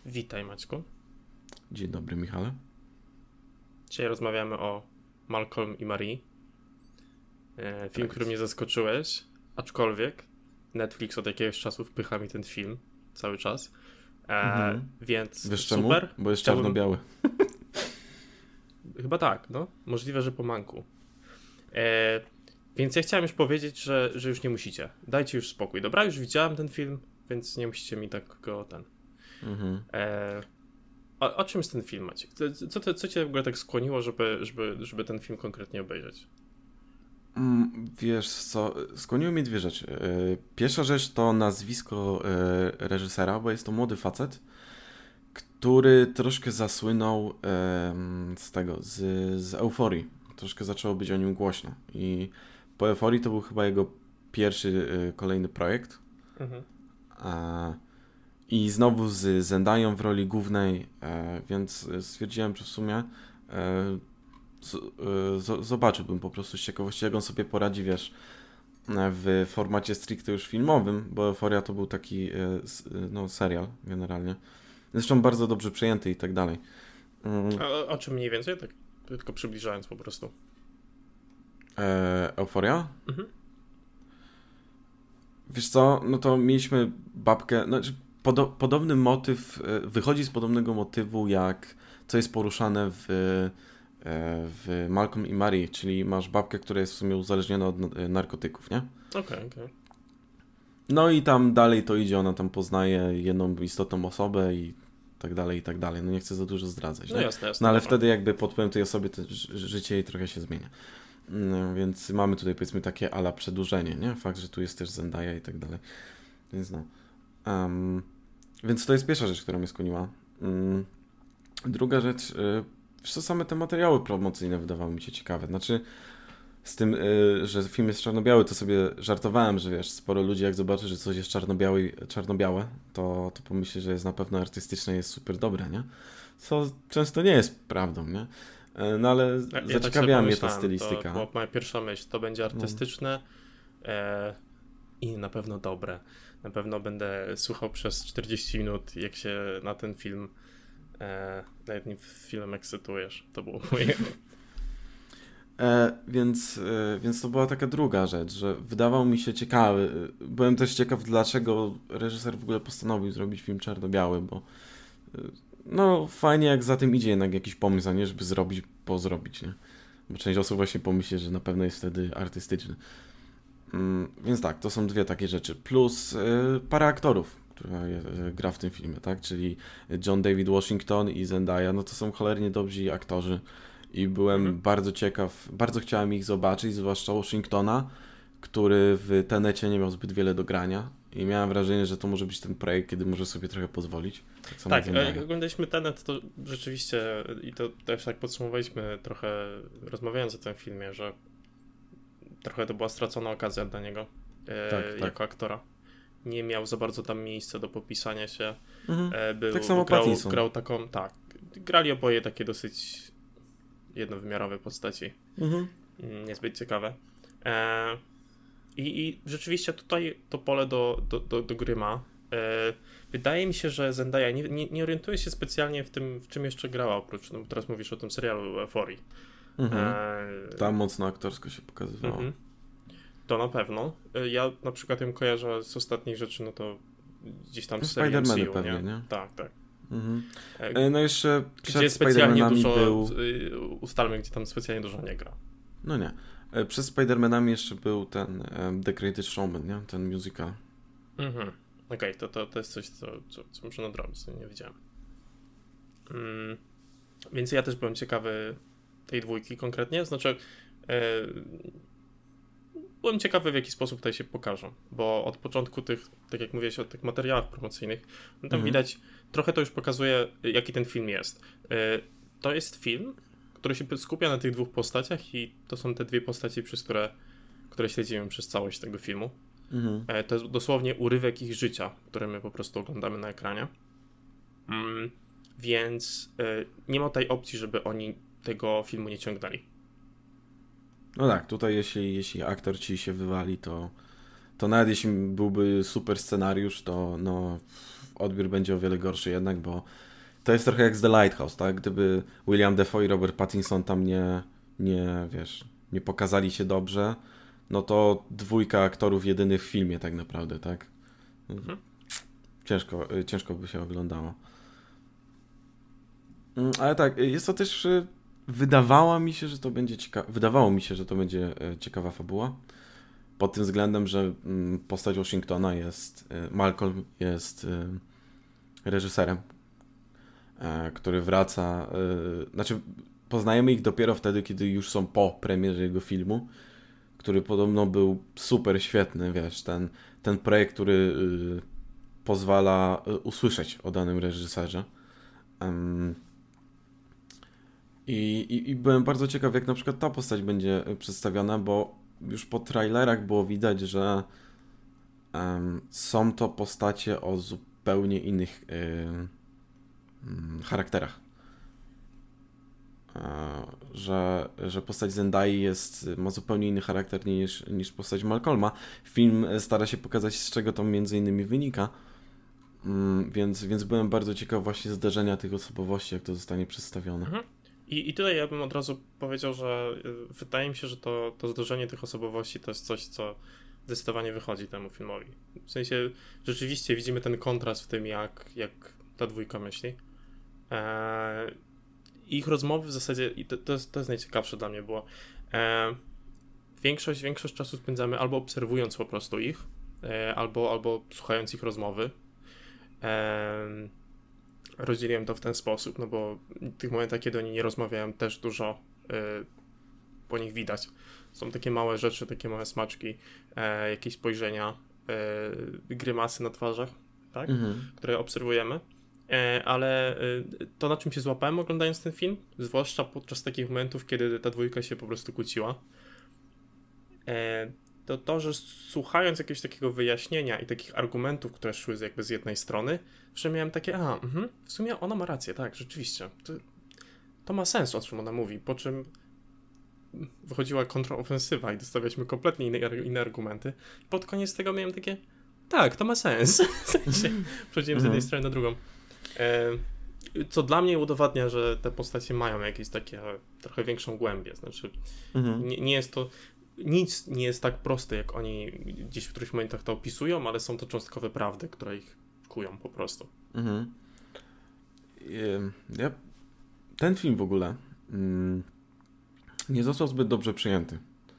Witaj, Maćku. Dzień dobry, Michale. Dzisiaj rozmawiamy o Malcolm i Marie. Film, Tak. który mnie zaskoczyłeś, aczkolwiek Netflix od jakiegoś czasu wpycha mi ten film cały czas. Więc Wiesz super. czemu? Bo jest czarno-biały. Chyba tak, no. Możliwe, że po manku. Więc ja chciałem już powiedzieć, że już nie musicie. Dajcie już spokój. Dobra, już widziałem ten film, więc nie musicie mi tak go O czym jest ten film, Maciek? Co cię w ogóle tak skłoniło, żeby ten film konkretnie obejrzeć? Wiesz co, skłoniły mnie dwie rzeczy. Pierwsza rzecz to nazwisko reżysera, bo jest to młody facet, który troszkę zasłynął z Euforii. Troszkę zaczęło być o nim głośno. I po Euforii to był chyba jego pierwszy kolejny projekt. Mhm. I znowu z Zendają w roli głównej, więc stwierdziłem, że w sumie zobaczyłbym po prostu z ciekawości, jak on sobie poradzi, wiesz, w formacie stricte już filmowym, bo Euphoria to był taki serial generalnie. Zresztą bardzo dobrze przyjęty i tak dalej. O czym mniej więcej? Tak tylko przybliżając po prostu. Euphoria? Mhm. Wiesz co, no to mieliśmy babkę, znaczy podobny motyw, wychodzi z podobnego motywu jak co jest poruszane w Malcolm i Marie, czyli masz babkę, która jest w sumie uzależniona od narkotyków, nie? Okej. No i tam dalej to idzie, ona tam poznaje jedną istotną osobę i tak dalej, i tak dalej. No nie chcę za dużo zdradzać, No nie? jasne. No ale dobra. wtedy jakby pod wpływem tej osoby życie jej trochę się zmienia. No, więc mamy tutaj powiedzmy takie ala przedłużenie, nie? Fakt, że tu jest też Zendaya i tak dalej. Więc no. Więc to jest pierwsza rzecz, która mnie skłoniła. Druga rzecz, wiesz co, same te materiały promocyjne wydawały mi się ciekawe. Znaczy, z tym, że film jest czarno-biały, to sobie żartowałem, że wiesz, sporo ludzi jak zobaczy, że coś jest czarno-białe, to pomyśli, że jest na pewno artystyczne i jest super dobre, nie? Co często nie jest prawdą, nie? No ale zaciekawiała mnie ta stylistyka. To była moja pierwsza myśl. To będzie artystyczne i na pewno dobre. Na pewno będę słuchał przez 40 minut, jak się na ten film na jednym filmem ekscytujesz. To było moje. Więc to była taka druga rzecz, że wydawał mi się ciekawy. Byłem też ciekaw, dlaczego reżyser w ogóle postanowił zrobić film czarno-biały, bo no fajnie jak za tym idzie jednak jakiś pomysł, a nie żeby zrobić, nie? Bo część osób właśnie pomyśli, że na pewno jest wtedy artystyczny. Więc tak, to są dwie takie rzeczy. Plus parę aktorów, która gra w tym filmie, tak? Czyli John David Washington i Zendaya, no to są cholernie dobrzy aktorzy. I byłem bardzo ciekaw, bardzo chciałem ich zobaczyć, zwłaszcza Washingtona, który w Tenecie nie miał zbyt wiele do grania. I miałem wrażenie, że to może być ten projekt, kiedy może sobie trochę pozwolić. Tak, jak oglądaliśmy Tenet, to rzeczywiście, i to też tak podsumowaliśmy trochę, rozmawiając o tym filmie, że trochę to była stracona okazja dla niego jako aktora. Nie miał za bardzo tam miejsca do popisania się. Tak samo grał taką, tak, grali oboje takie dosyć jednowymiarowe postaci. Niezbyt ciekawe. I rzeczywiście tutaj to pole do gry ma. Wydaje mi się, że Zendaya nie orientuje się specjalnie w tym, w czym jeszcze grała, oprócz, no teraz mówisz o tym serialu Euforii. Tam mocno aktorsko się pokazywało. To na pewno. Ja na przykład ją kojarzę z ostatnich rzeczy, no to gdzieś tam z Spider-Many MCU, pewnie, nie? Tak. No jeszcze gdzie specjalnie dużo ustalmy, gdzie tam specjalnie dużo nie gra. No nie. Przed Spider-Manami jeszcze był ten The Greatest Showman, nie? Ten musical. Okej, to jest coś, co muszę nadrobić, co nie wiedziałem. Więc ja też byłem ciekawy tej dwójki konkretnie, znaczy byłem ciekawy, w jaki sposób tutaj się pokażą, bo od początku tych, tak jak mówiłeś o tych materiałach promocyjnych, no tam widać, trochę to już pokazuje, jaki ten film jest. To jest film, który się skupia na tych dwóch postaciach i to są te dwie postaci, które śledzimy przez całość tego filmu. To jest dosłownie urywek ich życia, który my po prostu oglądamy na ekranie. Więc nie ma tej opcji, żeby oni tego filmu nie ciągnęli. No tak, tutaj jeśli aktor ci się wywali, to nawet jeśli byłby super scenariusz, to no odbiór będzie o wiele gorszy jednak, bo to jest trochę jak z The Lighthouse, tak? Gdyby William Dafoe i Robert Pattinson tam nie pokazali się dobrze, no to dwójka aktorów jedynych w filmie tak naprawdę, tak? Ciężko by się oglądało. Ale tak, jest to też... Wydawało mi się, że to będzie ciekawa fabuła. Pod tym względem, że postać Washingtona Malcolm jest reżyserem, który wraca, znaczy poznajemy ich dopiero wtedy, kiedy już są po premierze jego filmu, który podobno był super świetny, wiesz, ten projekt, który pozwala usłyszeć o danym reżyserze. I byłem bardzo ciekaw, jak na przykład ta postać będzie przedstawiona, bo już po trailerach było widać, że są to postacie o zupełnie innych charakterach. Że postać Zendai ma zupełnie inny charakter niż postać Malcolma. Film stara się pokazać, z czego to między innymi wynika. Więc byłem bardzo ciekaw właśnie zderzenia tych osobowości, jak to zostanie przedstawione. I tutaj ja bym od razu powiedział, że wydaje mi się, że to zderzenie tych osobowości to jest coś, co zdecydowanie wychodzi temu filmowi. W sensie rzeczywiście widzimy ten kontrast w tym, jak ta dwójka myśli. Ich rozmowy w zasadzie, i to jest najciekawsze dla mnie było, większość czasu spędzamy albo obserwując po prostu ich, albo słuchając ich rozmowy. Rozdzieliłem to w ten sposób, no bo w tych momentach, kiedy oni nie rozmawiają, też dużo po nich widać. Są takie małe rzeczy, takie małe smaczki, jakieś spojrzenia, grymasy na twarzach, tak? Które obserwujemy. Ale to, na czym się złapałem oglądając ten film, zwłaszcza podczas takich momentów, kiedy ta dwójka się po prostu kłóciła, to, że słuchając jakiegoś takiego wyjaśnienia i takich argumentów, które szły jakby z jednej strony, że miałem takie, w sumie ona ma rację, tak, rzeczywiście. To ma sens, o czym ona mówi, po czym wychodziła kontrofensywa i dostawialiśmy kompletnie inne argumenty. Pod koniec tego miałem takie, tak, to ma sens. W sensie, przechodziłem z jednej strony na drugą. Co dla mnie udowadnia, że te postacie mają jakieś takie trochę większą głębię. Znaczy, nie jest to... Nic nie jest tak proste, jak oni gdzieś w których momentach to opisują, ale są to cząstkowe prawdy, które ich kują po prostu. Ten film w ogóle nie został zbyt dobrze przyjęty.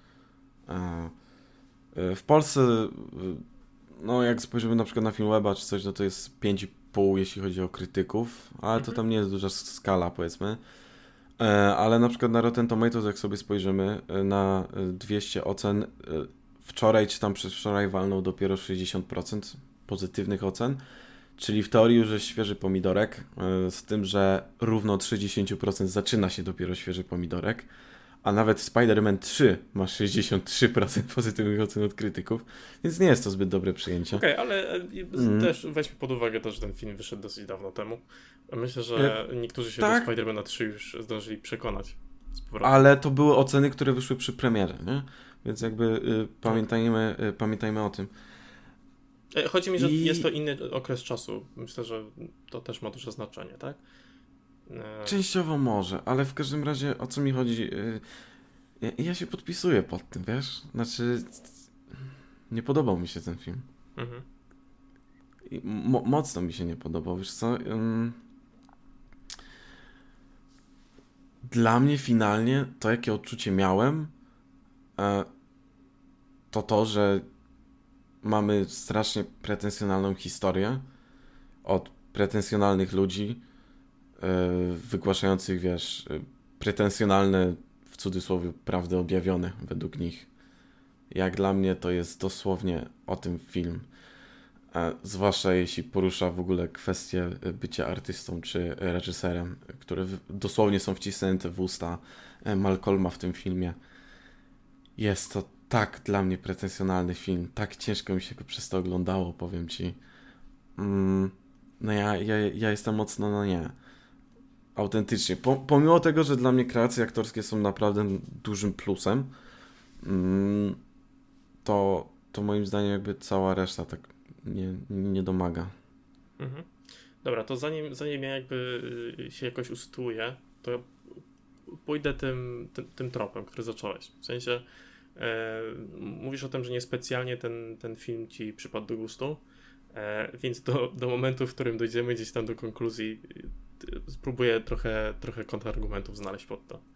W Polsce, no jak spojrzymy na przykład na Filmweba czy coś, no to jest 5,5, jeśli chodzi o krytyków, ale to tam nie jest duża skala, powiedzmy. Ale na przykład na Rotten Tomatoes, jak sobie spojrzymy na 200 ocen, wczoraj czy tam przedwczoraj walnął dopiero 60% pozytywnych ocen, czyli w teorii już jest świeży pomidorek, z tym, że równo od 60% zaczyna się dopiero świeży pomidorek, a nawet Spider-Man 3 ma 63% pozytywnych ocen od krytyków, więc nie jest to zbyt dobre przyjęcie. Okej, ale też weźmy pod uwagę to, że ten film wyszedł dosyć dawno temu. Myślę, że niektórzy się do Spider-Mana 3 już zdążyli przekonać. Ale to były oceny, które wyszły przy premierze, nie? Więc jakby pamiętajmy o tym. Chodzi mi, że jest to inny okres czasu. Myślę, że to też ma duże znaczenie, tak? Częściowo może, ale w każdym razie o co mi chodzi? Ja się podpisuję pod tym, wiesz? Znaczy, nie podobał mi się ten film. Mocno mi się nie podobał, wiesz co? Dla mnie finalnie to, jakie odczucie miałem, to, że mamy strasznie pretensjonalną historię od pretensjonalnych ludzi, wygłaszających, wiesz, pretensjonalne, w cudzysłowie, prawdy objawione według nich. Jak dla mnie to jest dosłownie o tym film. Zwłaszcza jeśli porusza w ogóle kwestię bycia artystą czy reżyserem, które dosłownie są wcisnięte w usta Malcolma w tym filmie. Jest to tak dla mnie pretensjonalny film, tak ciężko mi się go przez to oglądało, powiem ci. No ja jestem mocno na nie. Autentycznie. Pomimo tego, że dla mnie kreacje aktorskie są naprawdę dużym plusem, to moim zdaniem jakby cała reszta tak nie domaga. Mhm. Dobra, to zanim ja jakby się jakoś usytuuję, to pójdę tym tropem, który zacząłeś. W sensie mówisz o tym, że niespecjalnie ten film ci przypadł do gustu, więc do momentu, w którym dojdziemy gdzieś tam do konkluzji, spróbuję trochę kontrargumentów znaleźć pod to.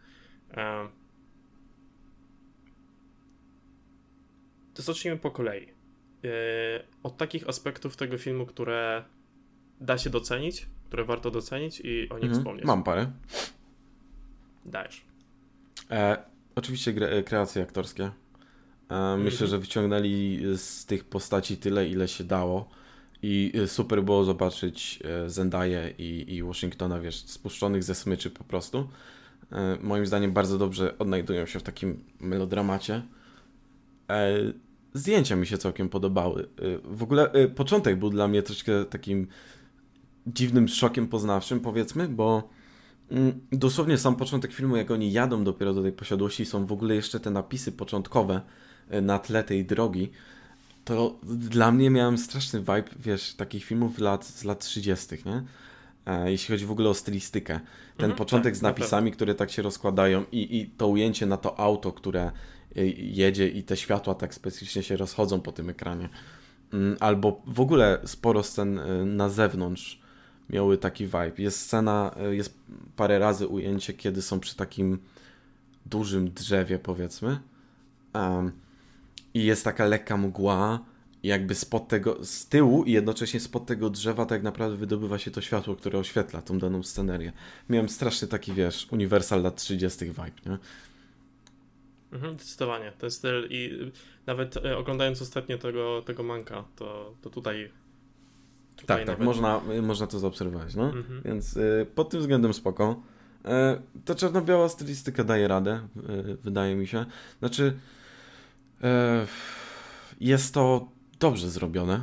To zacznijmy po kolei. Od takich aspektów tego filmu, które da się docenić, które warto docenić i o nich wspomnieć. Mam parę. Dajesz. Oczywiście kreacje aktorskie. Myślę, że wyciągnęli z tych postaci tyle, ile się dało. I super było zobaczyć Zendaya i Washingtona, wiesz, spuszczonych ze smyczy po prostu. Moim zdaniem bardzo dobrze odnajdują się w takim melodramacie. Zdjęcia mi się całkiem podobały. W ogóle początek był dla mnie troszkę takim dziwnym szokiem poznawczym, powiedzmy, bo dosłownie sam początek filmu, jak oni jadą dopiero do tej posiadłości, są w ogóle jeszcze te napisy początkowe na tle tej drogi, to dla mnie miałem straszny vibe, wiesz, takich filmów z lat 30., nie? Jeśli chodzi w ogóle o stylistykę. Ten początek z napisami, które tak się rozkładają i to ujęcie na to auto, które jedzie i te światła tak specyficznie się rozchodzą po tym ekranie. Albo w ogóle sporo scen na zewnątrz miały taki vibe. Jest parę razy ujęcie, kiedy są przy takim dużym drzewie, powiedzmy. I jest taka lekka mgła, i jakby z tyłu i jednocześnie spod tego drzewa tak naprawdę wydobywa się to światło, które oświetla tą daną scenerię. Miałem straszny taki, wiesz, Uniwersal lat 30. vibe, nie? Zdecydowanie. Ten styl i nawet oglądając ostatnio tego Manka, to tutaj tak, nawet... można to zaobserwować, no. Więc pod tym względem spoko. Ta czarno-biała stylistyka daje radę, wydaje mi się. Znaczy, jest to dobrze zrobione,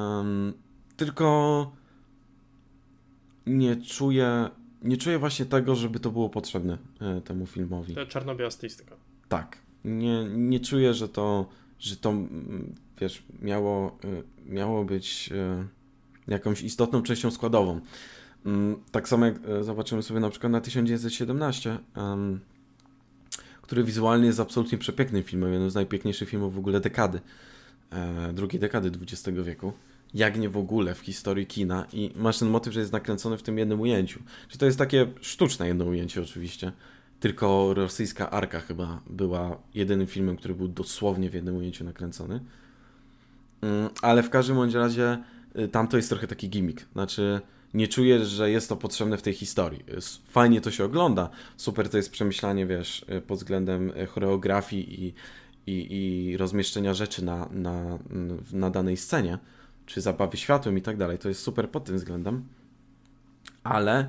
tylko nie czuję właśnie tego, żeby to było potrzebne temu filmowi. To czarno-biała stylistyka. Tak. Nie czuję, że to wiesz, miało być jakąś istotną częścią składową. Tak samo jak zobaczymy sobie na przykład na 1917, który wizualnie jest absolutnie przepięknym filmem, jednym z najpiękniejszych filmów w ogóle drugiej dekady XX wieku. Jak nie w ogóle w historii kina i masz ten motyw, że jest nakręcony w tym jednym ujęciu. Czyli to jest takie sztuczne jedno ujęcie oczywiście. Tylko rosyjska Arka chyba była jedynym filmem, który był dosłownie w jednym ujęciu nakręcony. Ale w każdym bądź razie tam to jest trochę taki gimmick. Znaczy nie czuję, że jest to potrzebne w tej historii. Fajnie to się ogląda. Super to jest przemyślanie, wiesz, pod względem choreografii i rozmieszczenia rzeczy na danej scenie. Czy zabawy światłem i tak dalej. To jest super pod tym względem. Ale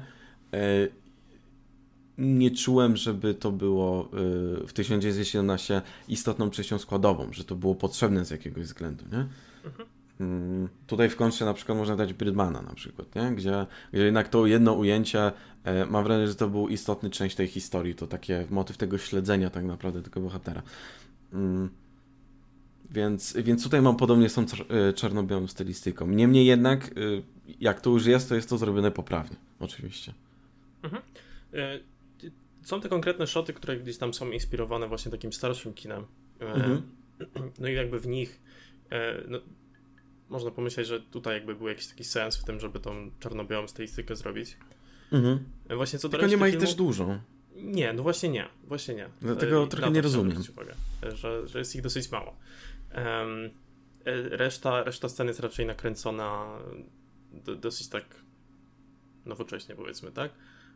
nie czułem, żeby to było w 1917 istotną częścią składową, że to było potrzebne z jakiegoś względu, nie? Tutaj w kontrze na przykład można dać Birdmana na przykład, nie? Gdzie jednak to jedno ujęcie, mam wrażenie, że to był istotny część tej historii, to takie motyw tego śledzenia tak naprawdę tego bohatera. Więc tutaj mam podobnie z tą czarno-białą stylistyką. Niemniej jednak, jak to już jest, to jest to zrobione poprawnie, oczywiście. Są te konkretne shoty, które gdzieś tam są inspirowane właśnie takim starszym kinem. No i jakby w nich można pomyśleć, że tutaj jakby był jakiś taki sens w tym, żeby tą czarno-białą stylistykę zrobić. Właśnie co do tylko nie ma ich filmu, też dużo. Nie, no właśnie nie. Dlatego trochę nie rozumiem. Uwagę, że jest ich dosyć mało. Reszta sceny jest raczej nakręcona dosyć tak nowocześnie, powiedzmy, tak?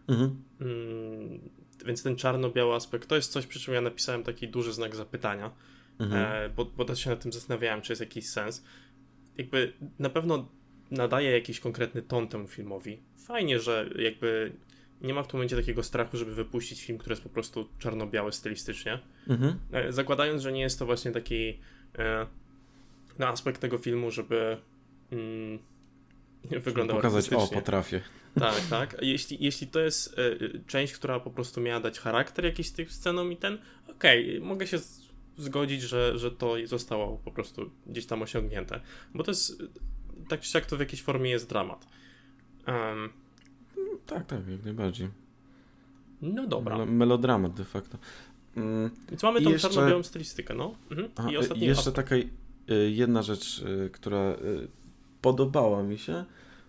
Więc ten czarno-biały aspekt to jest coś, przy czym ja napisałem taki duży znak zapytania, bo też się nad tym zastanawiałem, czy jest jakiś sens. Jakby na pewno nadaje jakiś konkretny ton temu filmowi. Fajnie, że jakby nie ma w tym momencie takiego strachu, żeby wypuścić film, który jest po prostu czarno-biały stylistycznie. Zakładając, że nie jest to właśnie taki aspekt tego filmu, żeby wyglądał pokazać, artystycznie. Potrafię. Tak. Jeśli to jest część, która po prostu miała dać charakter jakiś tych scenom i okej, mogę się zgodzić, że to zostało po prostu gdzieś tam osiągnięte. Bo to jest tak czy siak to w jakiejś formie jest dramat. Tak, jak najbardziej. No dobra. Melodramat de facto. Więc mamy tą czarno-białą stylistykę, no. I jeszcze taka jedna rzecz, która podobała mi się,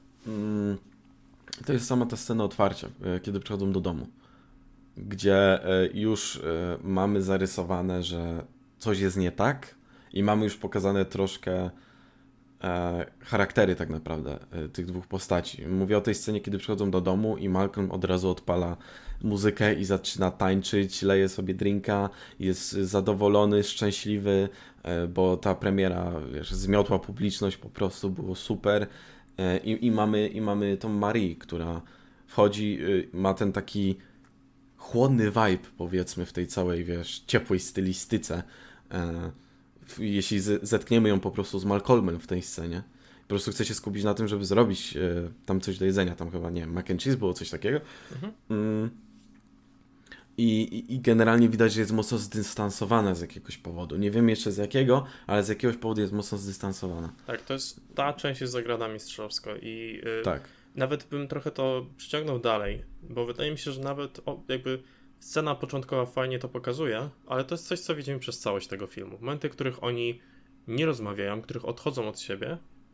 to jest sama ta scena otwarcia, kiedy przychodzą do domu, gdzie już mamy zarysowane, że coś jest nie tak i mamy już pokazane troszkę charaktery tak naprawdę tych dwóch postaci. Mówię o tej scenie, kiedy przychodzą do domu i Malcolm od razu odpala muzykę i zaczyna tańczyć, leje sobie drinka, jest zadowolony, szczęśliwy, bo ta premiera, wiesz, zmiotła publiczność, po prostu było super. I mamy tą Marie, która wchodzi, ma ten taki chłodny vibe, powiedzmy, w tej całej, wiesz, ciepłej stylistyce. Jeśli zetkniemy ją po prostu z Malcolmem w tej scenie, po prostu chce się skupić na tym, żeby zrobić tam coś do jedzenia, tam chyba, nie wiem, mac and cheese było coś takiego. I generalnie widać, że jest mocno zdystansowana z jakiegoś powodu. Nie wiem jeszcze z jakiego, ale z jakiegoś powodu jest mocno zdystansowana. Tak, ta część jest zagrana mistrzowsko i tak. Nawet bym trochę to przyciągnął dalej, bo wydaje mi się, że nawet jakby scena początkowa fajnie to pokazuje, ale to jest coś, co widzimy przez całość tego filmu. Momenty, w których oni nie rozmawiają, których odchodzą od siebie,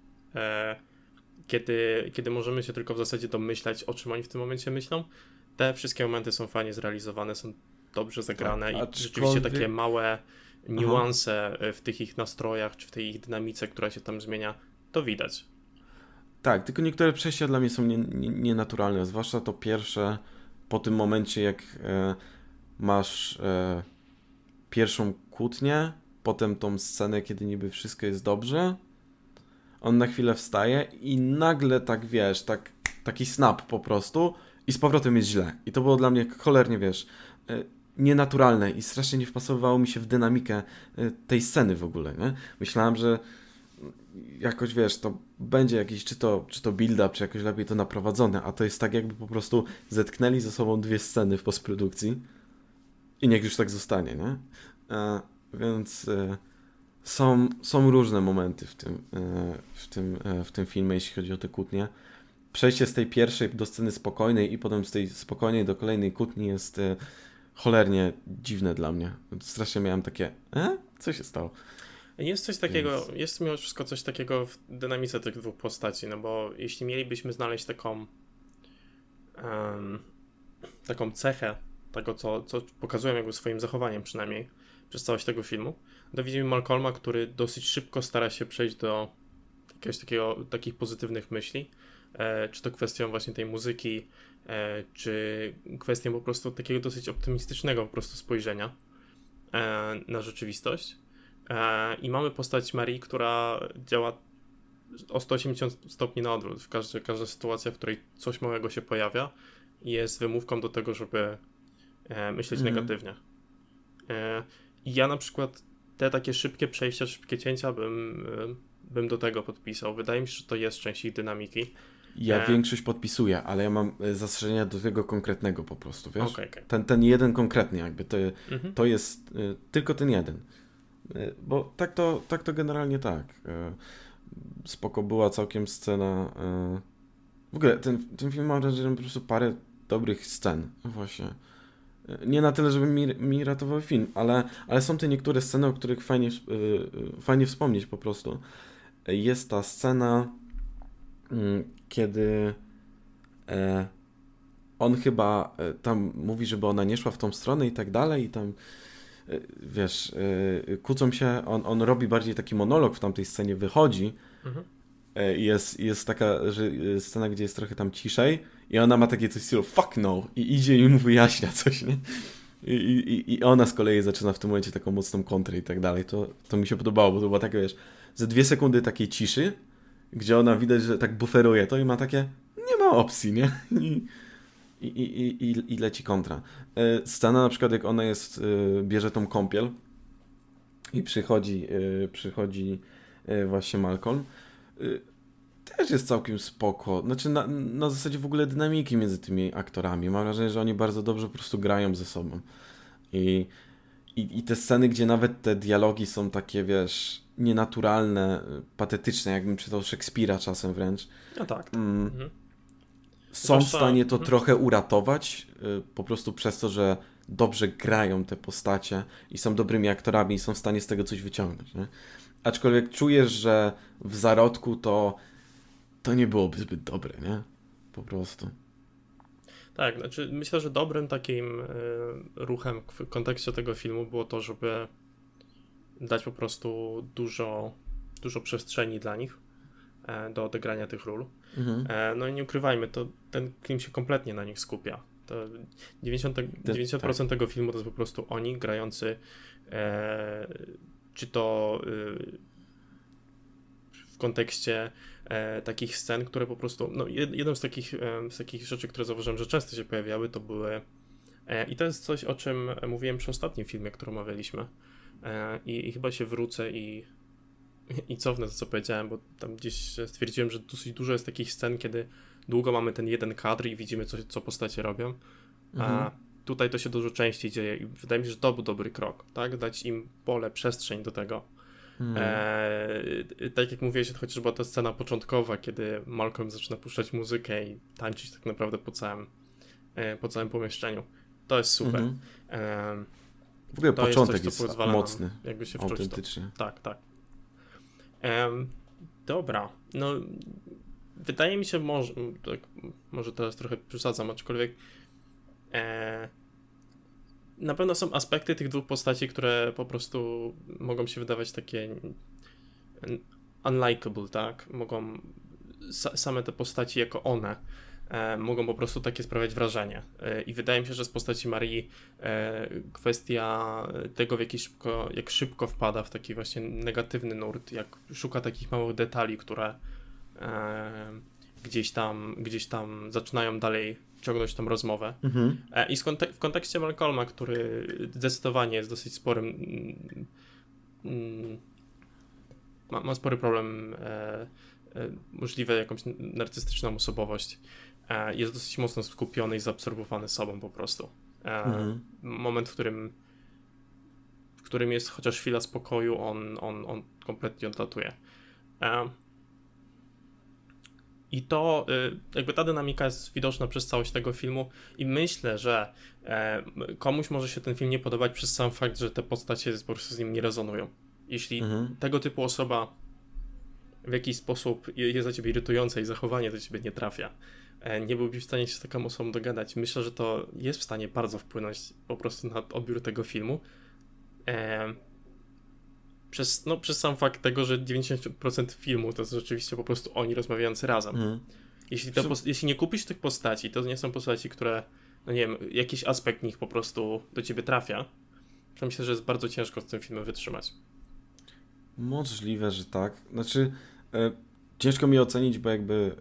kiedy możemy się tylko w zasadzie domyślać, o czym oni w tym momencie myślą, te wszystkie momenty są fajnie zrealizowane, są dobrze zagrane i rzeczywiście takie małe niuanse w tych ich nastrojach, czy w tej ich dynamice, która się tam zmienia, to widać. Tak, tylko niektóre przejścia dla mnie są nienaturalne, zwłaszcza to pierwsze, po tym momencie jak masz pierwszą kłótnię, potem tą scenę, kiedy niby wszystko jest dobrze, on na chwilę wstaje i nagle tak, wiesz, taki snap po prostu i z powrotem jest źle. I to było dla mnie cholernie, wiesz, nienaturalne i strasznie nie wpasowywało mi się w dynamikę tej sceny w ogóle, nie? Myślałem, że jakoś, wiesz, to będzie jakiś, czy to build-up, czy jakoś lepiej to naprowadzone, a to jest tak, jakby po prostu zetknęli ze sobą dwie sceny w postprodukcji i niech już tak zostanie, nie? Więc są różne momenty w tym filmie, jeśli chodzi o te kłótnie. Przejście z tej pierwszej do sceny spokojnej i potem z tej spokojnej do kolejnej kłótni jest cholernie dziwne dla mnie. Strasznie miałem takie, co się stało? Jest coś takiego, jest mimo wszystko coś takiego w dynamice tych dwóch postaci, no bo jeśli mielibyśmy znaleźć taką cechę tego, co pokazują jakby swoim zachowaniem przynajmniej przez całość tego filmu, to widzimy Malcolma, który dosyć szybko stara się przejść do takich pozytywnych myśli, czy to kwestią właśnie tej muzyki, czy kwestią po prostu takiego dosyć optymistycznego po prostu spojrzenia na rzeczywistość. I mamy postać Marii, która działa o 180 stopni na odwrót. Każda sytuacja, w której coś małego się pojawia, jest wymówką do tego, żeby myśleć negatywnie. I ja na przykład te takie szybkie przejścia, szybkie cięcia bym do tego podpisał. Wydaje mi się, że to jest część ich dynamiki. Ja większość podpisuję, ale ja mam zastrzeżenia do tego konkretnego po prostu, wiesz? Okay. Ten jeden konkretnie jakby, to jest tylko ten jeden. Bo tak to generalnie tak. Spoko była całkiem scena. W ogóle ten film mam wrażenie, że ma po prostu parę dobrych scen. Właśnie. Nie na tyle, żeby mi ratował film, ale są te niektóre sceny, o których fajnie wspomnieć po prostu. Jest ta scena, kiedy on chyba tam mówi, żeby ona nie szła w tą stronę i tak dalej i tam wiesz, kłócą się, on robi bardziej taki monolog w tamtej scenie, wychodzi, jest taka scena, gdzie jest trochę tam ciszej i ona ma takie coś w stylu fuck no i idzie i mu wyjaśnia coś, nie? I ona z kolei zaczyna w tym momencie taką mocną kontrę i tak dalej. To mi się podobało, bo to była taka, wiesz, ze 2 sekundy takiej ciszy, gdzie ona widać, że tak buferuje to i ma takie, nie ma opcji, nie? I leci kontra. Scena na przykład, jak ona bierze tą kąpiel i przychodzi właśnie Malcolm, też jest całkiem spoko. Znaczy na zasadzie w ogóle dynamiki między tymi aktorami. Mam wrażenie, że oni bardzo dobrze po prostu grają ze sobą. I te sceny, gdzie nawet te dialogi są takie, wiesz, nienaturalne, patetyczne, jakbym czytał Szekspira czasem wręcz. No tak. Są w stanie to trochę uratować, po prostu przez to, że dobrze grają te postacie i są dobrymi aktorami i są w stanie z tego coś wyciągnąć. Nie? Aczkolwiek czujesz, że w zarodku to nie byłoby zbyt dobre, nie? Po prostu. Tak, znaczy myślę, że dobrym takim ruchem w kontekście tego filmu było to, żeby dać po prostu dużo przestrzeni dla nich do odegrania tych ról. No i nie ukrywajmy, to ten film się kompletnie na nich skupia. To 90% tego filmu to jest po prostu oni grający czy to w kontekście takich scen, które po prostu, no jedną z takich rzeczy, które zauważyłem, że często się pojawiały, to były i to jest coś, o czym mówiłem przy ostatnim filmie, który omawialiśmy i chyba się wrócę i cofnę to, co powiedziałem, bo tam gdzieś stwierdziłem, że dosyć dużo jest takich scen, kiedy długo mamy ten jeden kadr i widzimy, co postacie robią, a tutaj to się dużo częściej dzieje i wydaje mi się, że to był dobry krok, tak? Dać im pole, przestrzeń do tego. Tak jak mówiłeś, chociaż była ta scena początkowa, kiedy Malcolm zaczyna puszczać muzykę i tańczyć tak naprawdę po całym pomieszczeniu. To jest super. W ogóle to początek jest, coś, jest mocny, jakby się autentycznie. Tak. Dobra, no wydaje mi się, może teraz trochę przesadzam, aczkolwiek na pewno są aspekty tych dwóch postaci, które po prostu mogą się wydawać takie unlikable, tak? Mogą same te postaci jako one mogą po prostu takie sprawiać wrażenie. I wydaje mi się, że z postaci Marii kwestia tego, jak szybko wpada w taki właśnie negatywny nurt, jak szuka takich małych detali, które gdzieś tam zaczynają dalej ciągnąć tą rozmowę. I w kontekście Malcolma, który zdecydowanie jest dosyć sporym ma spory problem możliwe jakąś narcystyczną osobowość. Jest dosyć mocno skupiony i zaabsorbowany sobą po prostu. Moment, w którym jest chociaż chwila spokoju, on kompletnie odlatuje. I to jakby ta dynamika jest widoczna przez całość tego filmu i myślę, że komuś może się ten film nie podobać przez sam fakt, że te postacie po prostu z nim nie rezonują. Jeśli tego typu osoba w jakiś sposób jest dla ciebie irytująca i zachowanie do ciebie nie trafia, nie byłbyś w stanie się z taką osobą dogadać. Myślę, że to jest w stanie bardzo wpłynąć po prostu na odbiór tego filmu. Przez sam fakt tego, że 90% filmu to jest rzeczywiście po prostu oni rozmawiający razem. Jeśli nie kupisz tych postaci, to nie są postaci, które, no nie wiem, jakiś aspekt nich po prostu do ciebie trafia, to myślę, że jest bardzo ciężko z tym filmem wytrzymać. Możliwe, że tak. Znaczy, ciężko mi ocenić, bo jakby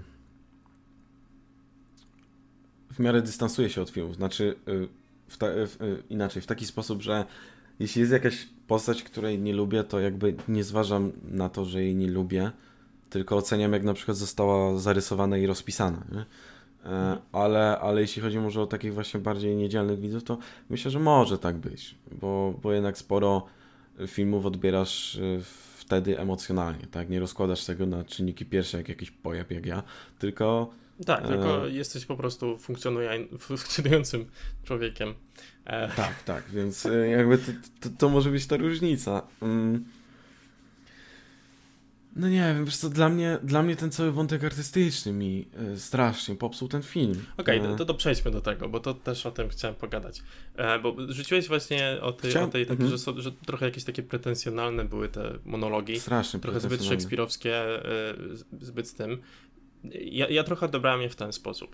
w miarę dystansuję się od filmów. Znaczy, inaczej, w taki sposób, że jeśli jest jakaś postać, której nie lubię, to jakby nie zważam na to, że jej nie lubię, tylko oceniam, jak na przykład została zarysowana i rozpisana. Nie? Ale jeśli chodzi może o takich właśnie bardziej niedzielnych widzów, to myślę, że może tak być, bo jednak sporo filmów odbierasz wtedy emocjonalnie, tak? Nie rozkładasz tego na czynniki pierwsze, jak jakiś pojeb jak ja, tylko... Tak, tylko jesteś po prostu funkcjonującym człowiekiem. Tak, więc jakby to może być ta różnica. No nie wiem, wiesz co, dla mnie ten cały wątek artystyczny mi strasznie popsuł ten film. Okej, to przejdźmy do tego, bo to też o tym chciałem pogadać. Bo rzuciłeś właśnie o tej takiej, że trochę jakieś takie pretensjonalne były te monologi. Strasznie trochę zbyt szekspirowskie, zbyt z tym. Ja trochę odebrałem je w ten sposób.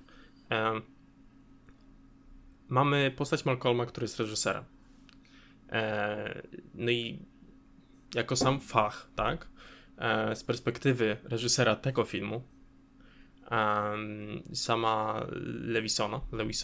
Mamy postać Malcolma, który jest reżyserem. No i jako sam fach, tak? Z perspektywy reżysera tego filmu, sama Lewison.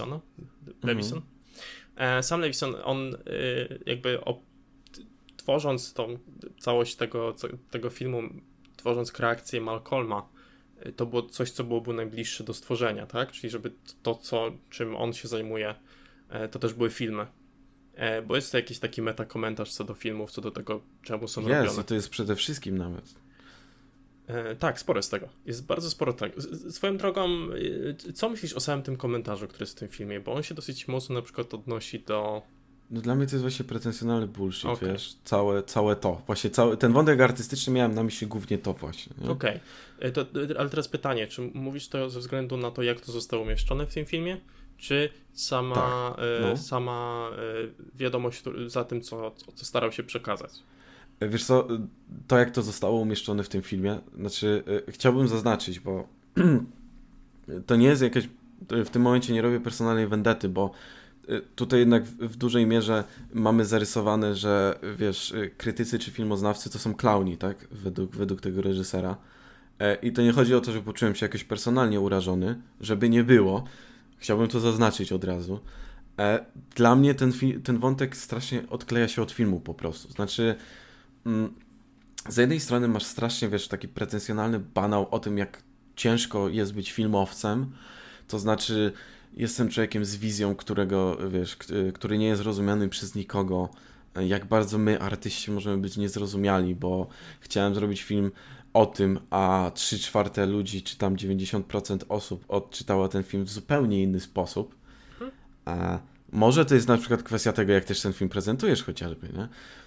Sam Lewison, on jakby tworząc tą całość tego filmu, tworząc kreację Malcolma, to było coś, co byłoby najbliższe do stworzenia, tak? Czyli żeby czym on się zajmuje, to też były filmy. Bo jest to jakiś taki metakomentarz co do filmów, co do tego, czemu są Jest, robione. i to jest przede wszystkim nawet. Tak, sporo z tego. Jest bardzo sporo tego. Swoją drogą, co myślisz o samym tym komentarzu, który jest w tym filmie? Bo on się dosyć mocno na przykład odnosi do... No dla mnie to jest właśnie pretensjonalny bullshit, Okay. wiesz, całe to. Właśnie ten wątek artystyczny miałem na myśli głównie to właśnie. Okej. Ale teraz pytanie, czy mówisz to ze względu na to, jak to zostało umieszczone w tym filmie? Czy sama, Tak, no. sama wiadomość za tym, co starał się przekazać? Wiesz co, to jak to zostało umieszczone w tym filmie, znaczy chciałbym zaznaczyć, bo to nie jest jakieś, w tym momencie nie robię personalnej vendety, bo tutaj jednak w dużej mierze mamy zarysowane, że wiesz, krytycy czy filmoznawcy to są klauni, tak, według tego reżysera. I to nie chodzi o to, że poczułem się jakoś personalnie urażony, żeby nie było. Chciałbym to zaznaczyć od razu. Dla mnie ten wątek strasznie odkleja się od filmu po prostu. Znaczy, z jednej strony masz strasznie, wiesz, taki pretensjonalny banał o tym, jak ciężko jest być filmowcem. To znaczy, jestem człowiekiem z wizją, który nie jest rozumiany przez nikogo. Jak bardzo my, artyści, możemy być niezrozumiali, bo chciałem zrobić film o tym, a 3/4 ludzi, czy tam 90% osób odczytała ten film w zupełnie inny sposób. Może to jest na przykład kwestia tego, jak też ten film prezentujesz chociażby, nie?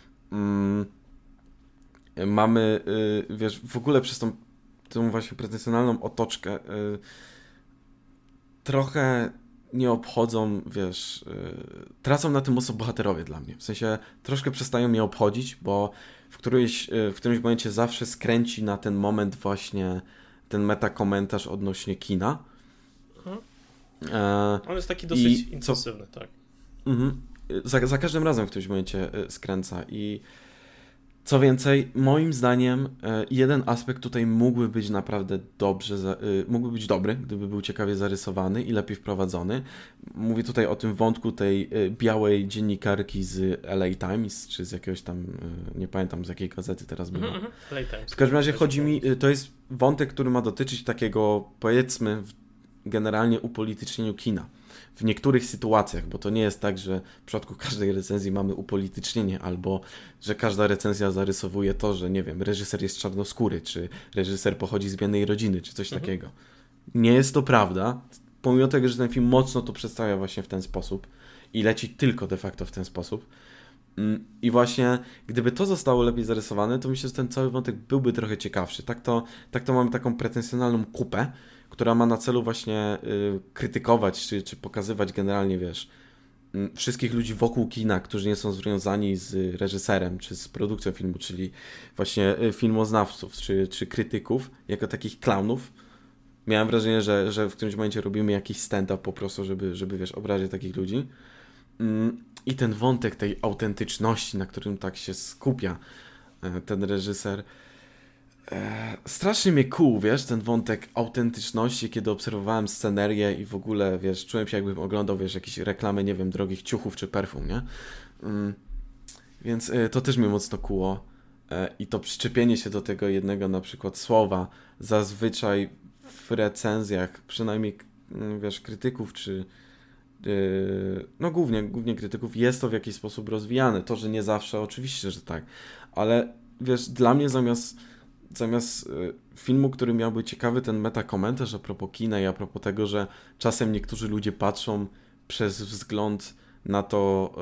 Mamy, wiesz, w ogóle przez tą właśnie pretensjonalną otoczkę trochę nie obchodzą, wiesz, tracą na tym mocno bohaterowie dla mnie. W sensie troszkę przestają mnie obchodzić, bo w którymś momencie zawsze skręci na ten moment właśnie ten metakomentarz odnośnie kina. On jest taki dosyć intensywny, tak. Za każdym razem w którymś momencie skręca i co więcej, moim zdaniem jeden aspekt tutaj mógłby być naprawdę mógłby być dobry, gdyby był ciekawie zarysowany i lepiej wprowadzony. Mówię tutaj o tym wątku tej białej dziennikarki z LA Times, czy z jakiegoś tam, nie pamiętam z jakiej gazety teraz była. LA Times. W każdym razie chodzi mi, to jest wątek, który ma dotyczyć takiego, powiedzmy, generalnie upolitycznieniu kina. W niektórych sytuacjach, bo to nie jest tak, że w przypadku każdej recenzji mamy upolitycznienie, albo że każda recenzja zarysowuje to, że nie wiem, reżyser jest czarnoskóry, czy reżyser pochodzi z biednej rodziny, czy coś takiego. Nie jest to prawda, pomimo tego, że ten film mocno to przedstawia właśnie w ten sposób i leci tylko de facto w ten sposób. I właśnie, gdyby to zostało lepiej zarysowane, to myślę, że ten cały wątek byłby trochę ciekawszy. Tak to mamy taką pretensjonalną kupę, która ma na celu właśnie krytykować, czy pokazywać generalnie, wiesz, wszystkich ludzi wokół kina, którzy nie są związani z reżyserem, czy z produkcją filmu, czyli właśnie filmoznawców, czy krytyków, jako takich klaunów. Miałem wrażenie, że w którymś momencie robimy jakiś stand-up po prostu, żeby wiesz, obrazić takich ludzi. I ten wątek tej autentyczności, na którym tak się skupia ten reżyser, strasznie mnie kłuł, wiesz, ten wątek autentyczności, kiedy obserwowałem scenerię i w ogóle, wiesz, czułem się jakbym oglądał, wiesz, jakieś reklamy, nie wiem, drogich ciuchów czy perfum, nie? Więc to też mnie mocno kłuło i to przyczepienie się do tego jednego na przykład słowa zazwyczaj w recenzjach, przynajmniej, wiesz, krytyków czy no głównie krytyków, jest to w jakiś sposób rozwijane. To, że nie zawsze, oczywiście, że tak, ale wiesz, dla mnie zamiast filmu, który miałby ciekawy ten metakomentarz a propos kina i a propos tego, że czasem niektórzy ludzie patrzą przez wzgląd na to,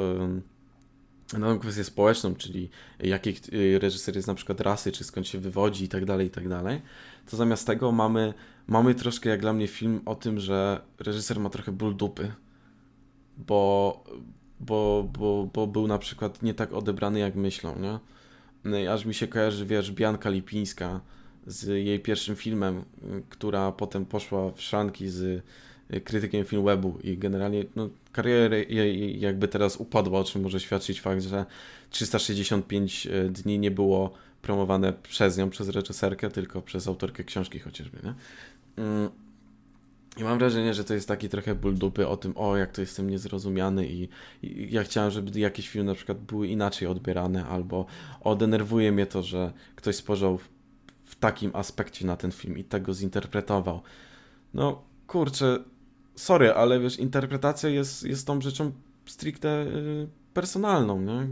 na tą kwestię społeczną, czyli jaki reżyser jest na przykład rasy, czy skąd się wywodzi i tak dalej, to zamiast tego mamy troszkę jak dla mnie film o tym, że reżyser ma trochę ból dupy, bo był na przykład nie tak odebrany jak myślą, nie? No i aż mi się kojarzy, wiesz, Bianka Lipińska z jej pierwszym filmem, która potem poszła w szranki z krytykiem Filmwebu i generalnie no, kariera jej jakby teraz upadła, o czym może świadczyć fakt, że 365 dni nie było promowane przez nią, przez reżyserkę, tylko przez autorkę książki chociażby, nie? I mam wrażenie, że to jest taki trochę ból dupy o tym, jak to jestem niezrozumiany i ja chciałem, żeby jakieś filmy na przykład były inaczej odbierane, albo denerwuje mnie to, że ktoś spojrzał w takim aspekcie na ten film i tego zinterpretował. No, kurczę, sorry, ale wiesz, interpretacja jest tą rzeczą stricte personalną, nie?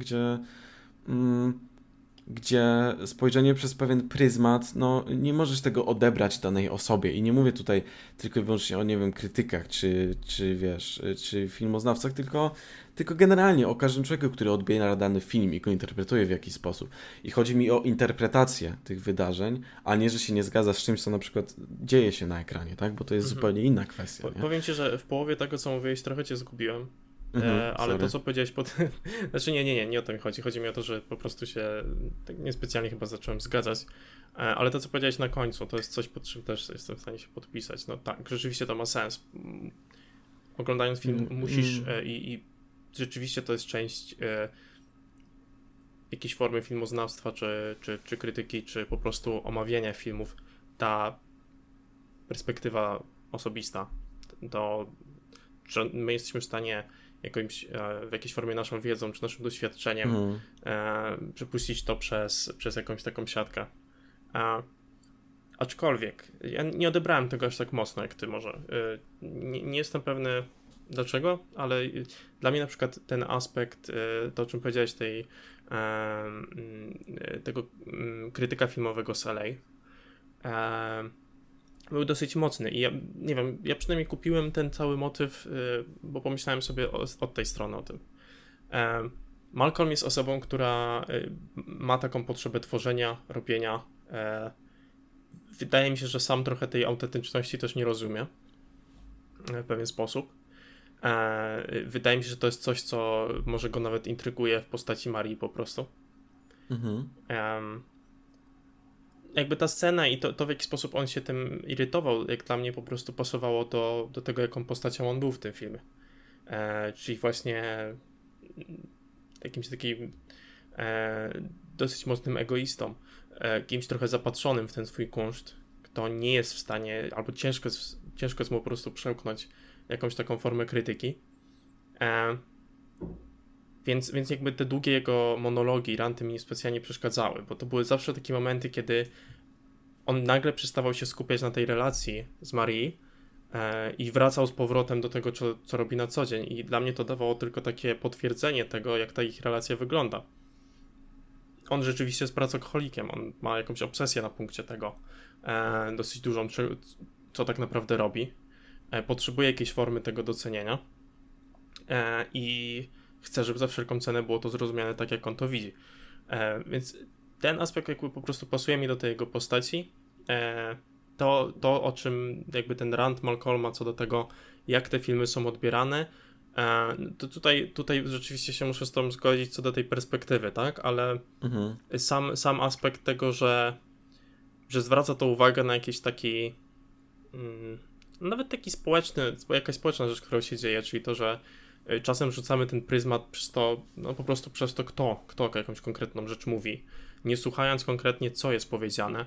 Gdzie spojrzenie przez pewien pryzmat, no nie możesz tego odebrać danej osobie. I nie mówię tutaj tylko i wyłącznie o, nie wiem, krytykach, czy wiesz, czy filmoznawcach, tylko generalnie o każdym człowieku, który odbiera dany film i go interpretuje w jakiś sposób. I chodzi mi o interpretację tych wydarzeń, a nie, że się nie zgadza z czymś, co na przykład dzieje się na ekranie, tak? Bo to jest zupełnie inna kwestia. Nie? Powiem ci, że w połowie tego, co mówiłeś, trochę cię zgubiłem. Ale sorry. to, co powiedziałeś znaczy nie o to mi chodzi. Chodzi mi o to, że po prostu się tak niespecjalnie chyba zacząłem zgadzać. Ale to, co powiedziałeś na końcu, to jest coś, pod czym też jestem w stanie się podpisać. No tak, rzeczywiście to ma sens. Oglądając film musisz i rzeczywiście to jest część jakiejś formy filmoznawstwa, czy krytyki, czy po prostu omawiania filmów. Ta perspektywa osobista, to że my jesteśmy w stanie w jakiejś formie naszą wiedzą czy naszym doświadczeniem przepuścić to przez jakąś taką siatkę. Aczkolwiek ja nie odebrałem tego aż tak mocno jak ty może. Nie jestem pewny dlaczego, ale dla mnie na przykład ten aspekt, to o czym powiedziałeś, tego krytyka filmowego z LA, był dosyć mocny i ja nie wiem, ja przynajmniej kupiłem ten cały motyw, bo pomyślałem sobie od tej strony o tym. Malcolm jest osobą, która ma taką potrzebę tworzenia, robienia. Wydaje mi się, że sam trochę tej autentyczności też nie rozumie w pewien sposób. Wydaje mi się, że to jest coś, co może go nawet intryguje w postaci Marii po prostu. Jakby ta scena i to w jaki sposób on się tym irytował, jak dla mnie po prostu pasowało do tego, jaką postacią on był w tym filmie. Czyli właśnie jakimś takim dosyć mocnym egoistą, kimś trochę zapatrzonym w ten swój kunszt, kto nie jest w stanie, albo ciężko jest mu po prostu przełknąć jakąś taką formę krytyki. Więc jakby te długie jego monologi, ranty mi niespecjalnie przeszkadzały, bo to były zawsze takie momenty, kiedy on nagle przestawał się skupiać na tej relacji z Marie i wracał z powrotem do tego, co robi na co dzień. I dla mnie to dawało tylko takie potwierdzenie tego, jak ta ich relacja wygląda. On rzeczywiście jest pracocholikiem, on ma jakąś obsesję na punkcie tego, dosyć dużą, co tak naprawdę robi. Potrzebuje jakiejś formy tego docenienia i chce, żeby za wszelką cenę było to zrozumiane tak, jak on to widzi. Więc ten aspekt jakby po prostu pasuje mi do tej jego postaci. To o czym jakby ten rant Malcolma co do tego, jak te filmy są odbierane, to tutaj rzeczywiście się muszę z tobą zgodzić co do tej perspektywy, tak? Ale sam aspekt tego, że zwraca to uwagę na jakiś taki nawet taki jakaś społeczna rzecz, która się dzieje, czyli to, że czasem rzucamy ten pryzmat przez to, no po prostu przez to, kto jakąś konkretną rzecz mówi, nie słuchając konkretnie, co jest powiedziane,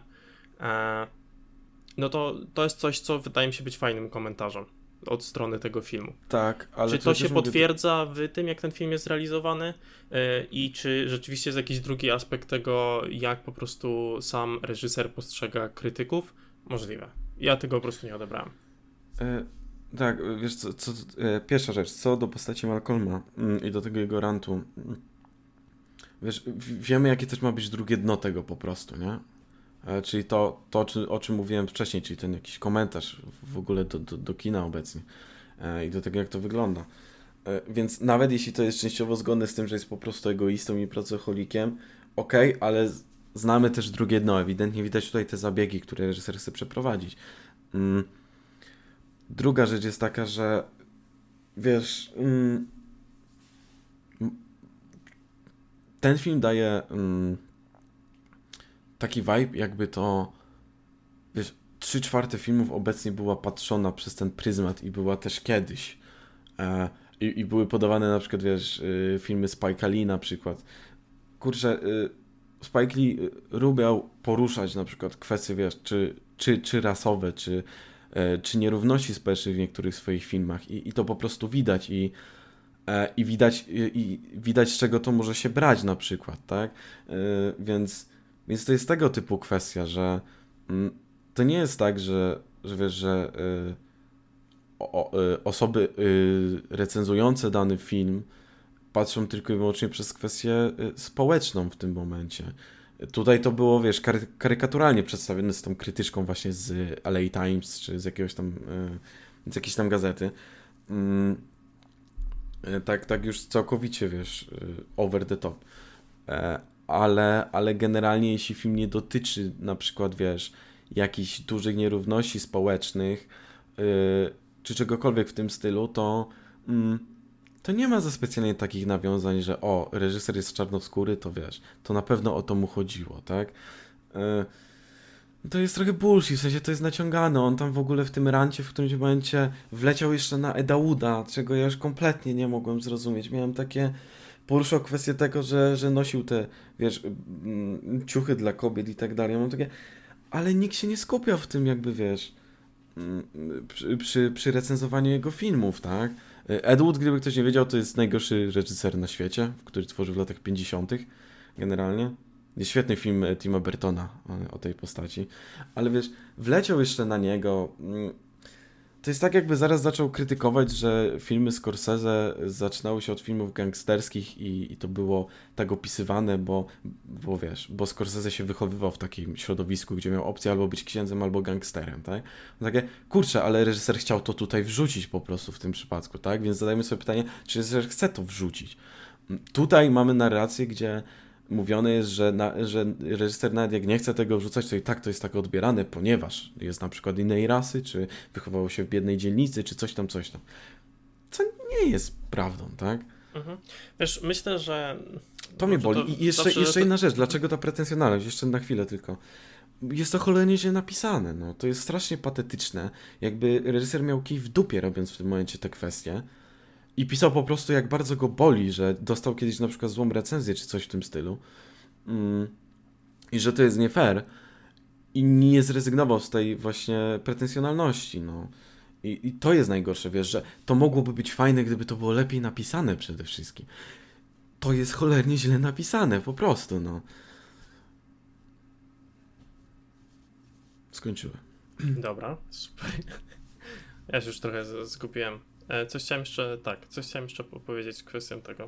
no to jest coś, co wydaje mi się być fajnym komentarzem od strony tego filmu. Tak, ale czy to się potwierdza w tym, jak ten film jest zrealizowany i czy rzeczywiście jest jakiś drugi aspekt tego, jak po prostu sam reżyser postrzega krytyków? Możliwe. Ja tego po prostu nie odebrałem. Tak, wiesz co, pierwsza rzecz, co do postaci Malcolma i do tego jego rantu, wiesz, wiemy jakie też ma być drugie dno tego po prostu, nie? Czyli to o czym mówiłem wcześniej, czyli ten jakiś komentarz w ogóle do kina obecnie i do tego, jak to wygląda. Więc nawet jeśli to jest częściowo zgodne z tym, że jest po prostu egoistą i pracocholikiem, okej, ale znamy też drugie dno. Ewidentnie widać tutaj te zabiegi, które reżyser chce przeprowadzić. Druga rzecz jest taka, że wiesz, ten film daje taki vibe, jakby to, wiesz, 3/4 filmów obecnie była patrzona przez ten pryzmat i była też kiedyś. I były podawane na przykład, wiesz, filmy Spike'a Lee na przykład. Kurczę, Spike Lee lubiał poruszać na przykład kwestie, wiesz, czy rasowe, czy nierówności społecznych w niektórych swoich filmach i to po prostu widać i widać z czego to może się brać na przykład, tak? Więc to jest tego typu kwestia, że to nie jest tak, że wiesz, że osoby recenzujące dany film patrzą tylko i wyłącznie przez kwestię społeczną w tym momencie. Tutaj to było, wiesz, karykaturalnie przedstawione z tą krytyczką właśnie z LA Times, czy z jakiegoś tam, z jakiejś tam gazety. Tak już całkowicie, wiesz, over the top. Ale generalnie jeśli film nie dotyczy na przykład, wiesz, jakichś dużych nierówności społecznych, czy czegokolwiek w tym stylu, to nie ma za specjalnie takich nawiązań, że reżyser jest czarnoskóry, to wiesz, to na pewno o to mu chodziło, tak? To jest trochę bullshit, w sensie to jest naciągane, on tam w ogóle w tym rancie w którymś momencie wleciał jeszcze na Eda Wooda, czego ja już kompletnie nie mogłem zrozumieć, miałem takie... Poruszał kwestię tego, że nosił te, wiesz, ciuchy dla kobiet i tak dalej, mam takie... Ale nikt się nie skupiał w tym jakby, wiesz, przy recenzowaniu jego filmów, tak? Ed Wood, gdyby ktoś nie wiedział, to jest najgorszy reżyser na świecie, który tworzył w latach 50. generalnie. Jest świetny film Tima Burtona o tej postaci. Ale wiesz, wleciał jeszcze na niego. To jest tak, jakby zaraz zaczął krytykować, że filmy Scorsese zaczynały się od filmów gangsterskich i to było tak opisywane, bo wiesz, bo Scorsese się wychowywał w takim środowisku, gdzie miał opcję albo być księdzem, albo gangsterem, tak? No takie, kurczę, ale reżyser chciał to tutaj wrzucić po prostu w tym przypadku, tak? Więc zadajmy sobie pytanie, czy reżyser chce to wrzucić? Tutaj mamy narrację, gdzie mówione jest, że reżyser nawet jak nie chce tego wrzucać, to i tak to jest tak odbierane, ponieważ jest na przykład innej rasy, czy wychował się w biednej dzielnicy, czy coś tam. Co nie jest prawdą, tak? Mhm. Wiesz, myślę, że... To mnie boli. I jeszcze jedna rzecz, dlaczego ta pretensjonalność? Jeszcze na chwilę tylko. Jest to cholernie źle napisane, no. To jest strasznie patetyczne. Jakby reżyser miał kij w dupie, robiąc w tym momencie te kwestie. I pisał po prostu, jak bardzo go boli, że dostał kiedyś na przykład złą recenzję, czy coś w tym stylu. I że to jest nie fair. I nie zrezygnował z tej właśnie pretensjonalności, no. I to jest najgorsze, wiesz, że to mogłoby być fajne, gdyby to było lepiej napisane przede wszystkim. To jest cholernie źle napisane, po prostu, no. Skończyłem. Dobra, super. Ja się już trochę zgubiłem. Coś chciałem jeszcze powiedzieć kwestią tego.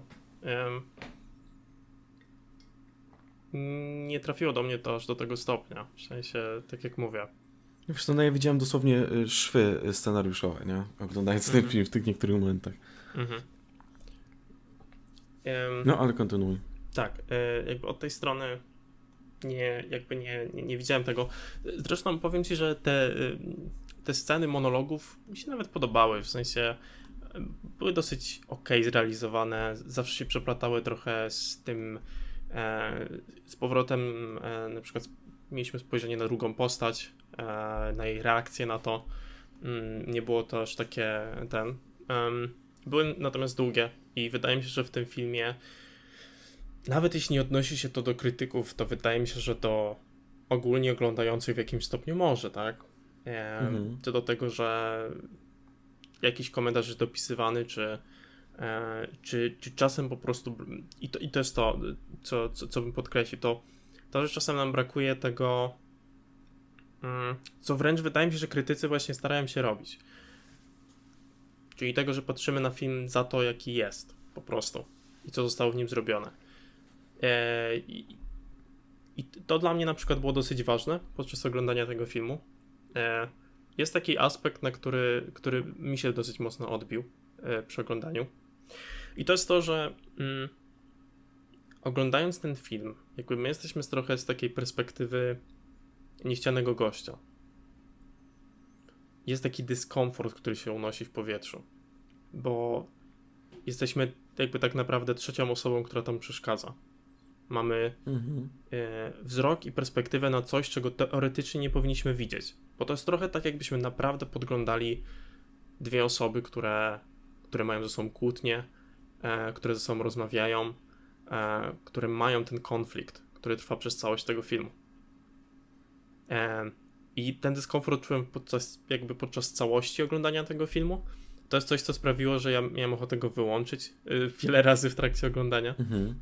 Nie trafiło do mnie to aż do tego stopnia. W sensie, tak jak mówię. Wiesz co, no ja widziałem dosłownie szwy scenariuszowe, nie? Oglądając ten film w tych niektórych momentach. No, ale kontynuuj. Tak, jakby od tej strony nie widziałem tego. Zresztą powiem ci, że te sceny monologów mi się nawet podobały, w sensie były dosyć okej zrealizowane, zawsze się przeplatały trochę z tym, z powrotem, na przykład mieliśmy spojrzenie na drugą postać, na jej reakcję na to, nie było to aż takie były natomiast długie i wydaje mi się, że w tym filmie, nawet jeśli nie odnosi się to do krytyków, to wydaje mi się, że do ogólnie oglądających w jakimś stopniu może, tak? Co do tego, że jakiś komentarz jest dopisywany, czy czasem po prostu, i to jest to, co bym podkreślił, to, że czasem nam brakuje tego, co wręcz wydaje mi się, że krytycy właśnie starają się robić. Czyli tego, że patrzymy na film za to, jaki jest, po prostu. I co zostało w nim zrobione. I to dla mnie na przykład było dosyć ważne podczas oglądania tego filmu. Jest taki aspekt, na który mi się dosyć mocno odbił przy oglądaniu. I to jest to, że oglądając ten film, jakby my jesteśmy trochę z takiej perspektywy niechcianego gościa. Jest taki dyskomfort, który się unosi w powietrzu, bo jesteśmy jakby tak naprawdę trzecią osobą, która tam przeszkadza. Mamy wzrok i perspektywę na coś, czego teoretycznie nie powinniśmy widzieć. Bo to jest trochę tak, jakbyśmy naprawdę podglądali dwie osoby, które mają ze sobą kłótnie, które ze sobą rozmawiają, które mają ten konflikt, który trwa przez całość tego filmu. I ten dyskomfort czułem podczas całości oglądania tego filmu. To jest coś, co sprawiło, że ja miałem ochotę go wyłączyć wiele razy w trakcie oglądania.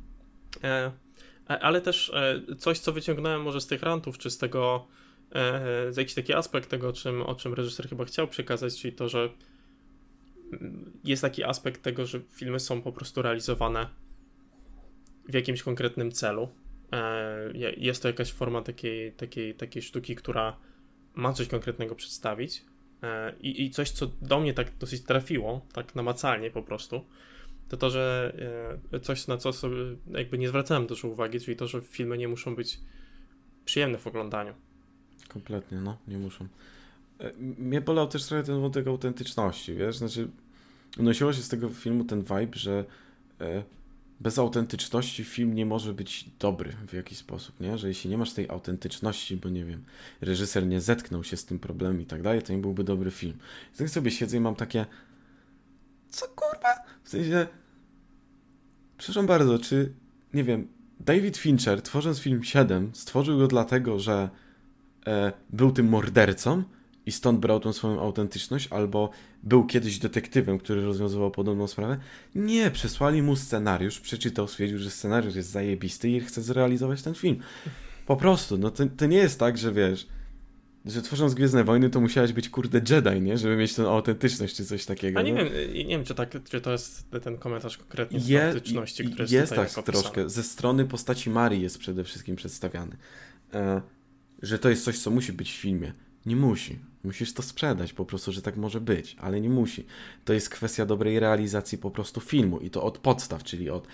Ale też coś, co wyciągnąłem może z tych rantów, czy z tego, z jakiś taki aspekt tego, o czym reżyser chyba chciał przekazać, czyli to, że jest taki aspekt tego, że filmy są po prostu realizowane w jakimś konkretnym celu. Jest to jakaś forma takiej sztuki, która ma coś konkretnego przedstawić. I coś, co do mnie tak dosyć trafiło, tak namacalnie po prostu, to, że coś, na co sobie jakby nie zwracałem dużo uwagi, czyli to, że filmy nie muszą być przyjemne w oglądaniu. Kompletnie, no, nie muszą. Mnie bolał też trochę ten wątek autentyczności, wiesz, znaczy unosiło się z tego filmu ten vibe, że bez autentyczności film nie może być dobry w jakiś sposób, nie? Że jeśli nie masz tej autentyczności, bo nie wiem, reżyser nie zetknął się z tym problemem i tak dalej, to nie byłby dobry film. I tak sobie siedzę i mam takie, co kurwa? W sensie, przepraszam bardzo, czy, nie wiem, David Fincher, tworząc film 7, stworzył go dlatego, że był tym mordercą i stąd brał tą swoją autentyczność, albo był kiedyś detektywem, który rozwiązywał podobną sprawę. Nie, przesłali mu scenariusz, przeczytał, stwierdził, że scenariusz jest zajebisty i chce zrealizować ten film. Po prostu, no to nie jest tak, że wiesz, że tworząc Gwiezdne Wojny to musiałeś być kurde Jedi, nie? Żeby mieć tę autentyczność czy coś takiego. A nie wiem, czy to jest ten komentarz konkretnie z autentyczności, który jest tutaj tak troszkę. Ze strony postaci Marii jest przede wszystkim przedstawiany. Że to jest coś, co musi być w filmie. Nie musi. Musisz to sprzedać po prostu, że tak może być, ale nie musi. To jest kwestia dobrej realizacji po prostu filmu i to od podstaw, czyli od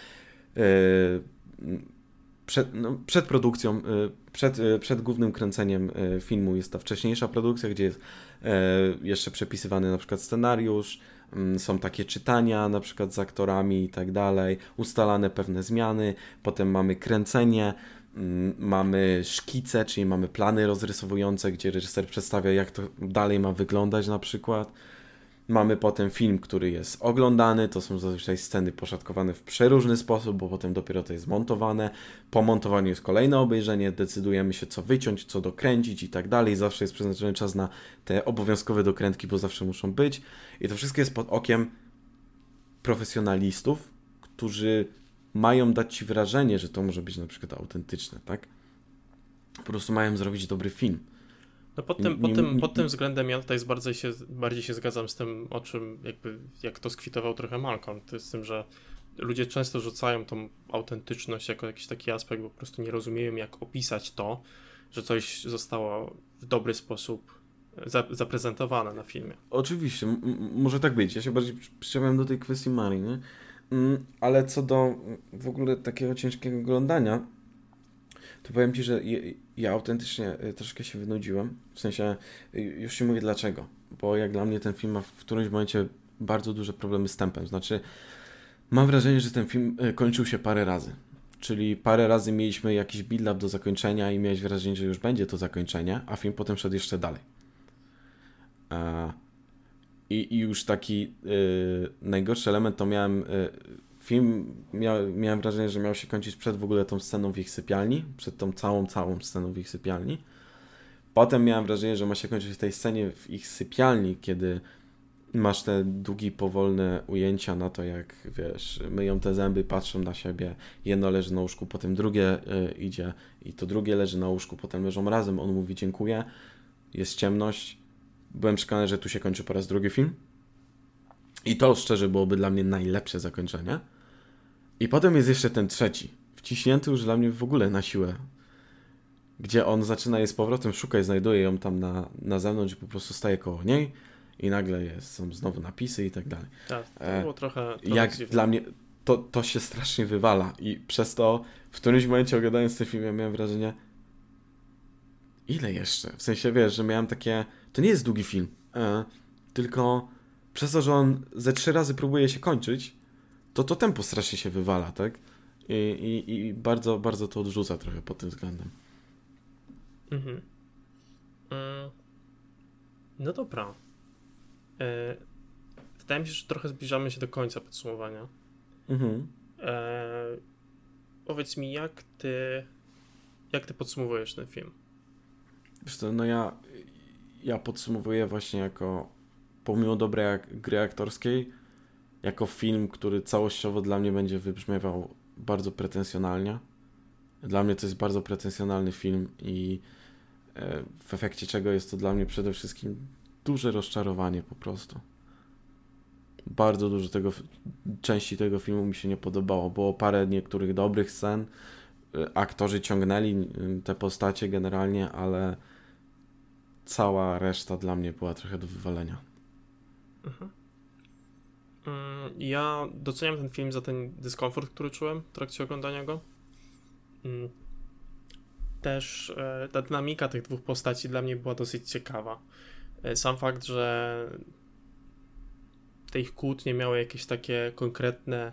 przed produkcją, przed głównym kręceniem filmu jest ta wcześniejsza produkcja, gdzie jest jeszcze przepisywany na przykład scenariusz, są takie czytania na przykład z aktorami i tak dalej, ustalane pewne zmiany, potem mamy kręcenie, mamy szkice, czyli mamy plany rozrysowujące, gdzie reżyser przedstawia, jak to dalej ma wyglądać na przykład. Mamy potem film, który jest oglądany, to są zazwyczaj sceny poszatkowane w przeróżny sposób, bo potem dopiero to jest montowane. Po montowaniu jest kolejne obejrzenie, decydujemy się co wyciąć, co dokręcić i tak dalej. Zawsze jest przeznaczony czas na te obowiązkowe dokrętki, bo zawsze muszą być. I to wszystko jest pod okiem profesjonalistów, którzy mają dać ci wrażenie, że to może być na przykład autentyczne, tak? Po prostu mają zrobić dobry film. No pod tym względem ja tutaj bardziej się zgadzam z tym, o czym jak to skwitował trochę Malcolm, to jest z tym, że ludzie często rzucają tą autentyczność jako jakiś taki aspekt, bo po prostu nie rozumieją, jak opisać to, że coś zostało w dobry sposób zaprezentowane na filmie. Oczywiście, może tak być. Ja się bardziej przyczepiam do tej kwestii Marii, nie? Ale co do w ogóle takiego ciężkiego oglądania, to powiem Ci, że ja autentycznie troszkę się wynudziłem. W sensie, już Ci mówię dlaczego. Bo jak dla mnie ten film ma w którymś momencie bardzo duże problemy z tempem. Znaczy, mam wrażenie, że ten film kończył się parę razy. Czyli parę razy mieliśmy jakiś build-up do zakończenia i miałeś wrażenie, że już będzie to zakończenie, a film potem szedł jeszcze dalej. I już taki najgorszy element to miałem... miałem wrażenie, że miał się kończyć przed w ogóle tą sceną w ich sypialni, przed tą całą sceną w ich sypialni. Potem miałem wrażenie, że ma się kończyć w tej scenie w ich sypialni, kiedy masz te długie, powolne ujęcia na to, jak wiesz, myją te zęby, patrzą na siebie, jedno leży na łóżku, potem drugie idzie i to drugie leży na łóżku, potem leżą razem, on mówi dziękuję, jest ciemność. Byłem przekonany, że tu się kończy po raz drugi film. I to szczerze byłoby dla mnie najlepsze zakończenie. I potem jest jeszcze ten trzeci, wciśnięty już dla mnie w ogóle na siłę, gdzie on zaczyna je z powrotem szukać, znajduje ją tam na zewnątrz, po prostu staje koło niej i nagle są znowu napisy i tak dalej. Tak, to było trochę jak dziwne. dla mnie to się strasznie wywala i przez to w którymś momencie oglądając ten film ja miałem wrażenie, ile jeszcze? W sensie wiesz, że miałem takie, to nie jest długi film, tylko przez to, że on ze 3 razy próbuje się kończyć, to tempo strasznie się wywala, tak? I bardzo, bardzo to odrzuca trochę pod tym względem. Mhm. No dobra. Wydaje mi się, że trochę zbliżamy się do końca podsumowania. Mhm. Powiedz mi, jak ty podsumowujesz ten film? Wiesz co, no ja podsumowuję właśnie jako, pomimo dobrej gry aktorskiej, jako film, który całościowo dla mnie będzie wybrzmiewał bardzo pretensjonalnie. Dla mnie to jest bardzo pretensjonalny film i w efekcie czego jest to dla mnie przede wszystkim duże rozczarowanie po prostu. Bardzo dużo części tego filmu mi się nie podobało. Było parę niektórych dobrych scen, aktorzy ciągnęli te postacie generalnie, ale cała reszta dla mnie była trochę do wywalenia. Mhm. Ja doceniam ten film za ten dyskomfort, który czułem w trakcie oglądania go. Też ta dynamika tych dwóch postaci dla mnie była dosyć ciekawa. Sam fakt, że te ich kłótnie miały jakieś takie konkretne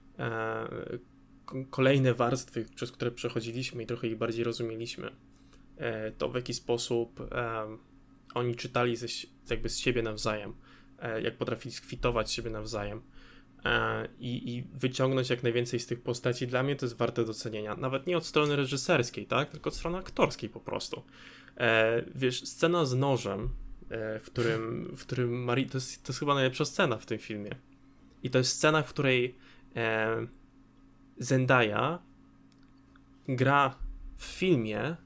kolejne warstwy, przez które przechodziliśmy i trochę ich bardziej rozumieliśmy. To w jaki sposób oni czytali jakby z siebie nawzajem, jak potrafili skwitować siebie nawzajem i wyciągnąć jak najwięcej z tych postaci. Dla mnie to jest warte docenienia. Nawet nie od strony reżyserskiej, tak? Tylko od strony aktorskiej po prostu. Wiesz, scena z nożem, w którym Marie, to jest chyba najlepsza scena w tym filmie. I to jest scena, w której Zendaya gra w filmie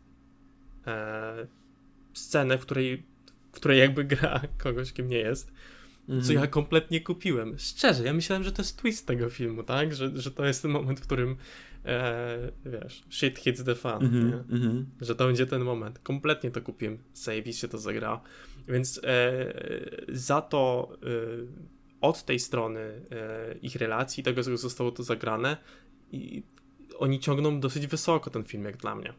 scenę, w której jakby gra kogoś, kim nie jest, co ja kompletnie kupiłem. Szczerze, ja myślałem, że to jest twist tego filmu, tak? Że to jest ten moment, w którym wiesz, shit hits the fan, że to będzie ten moment. Kompletnie to kupiłem. Zajebiście to zagrało. Więc za to od tej strony ich relacji, tego, jak zostało to zagrane, i oni ciągną dosyć wysoko ten film, jak dla mnie.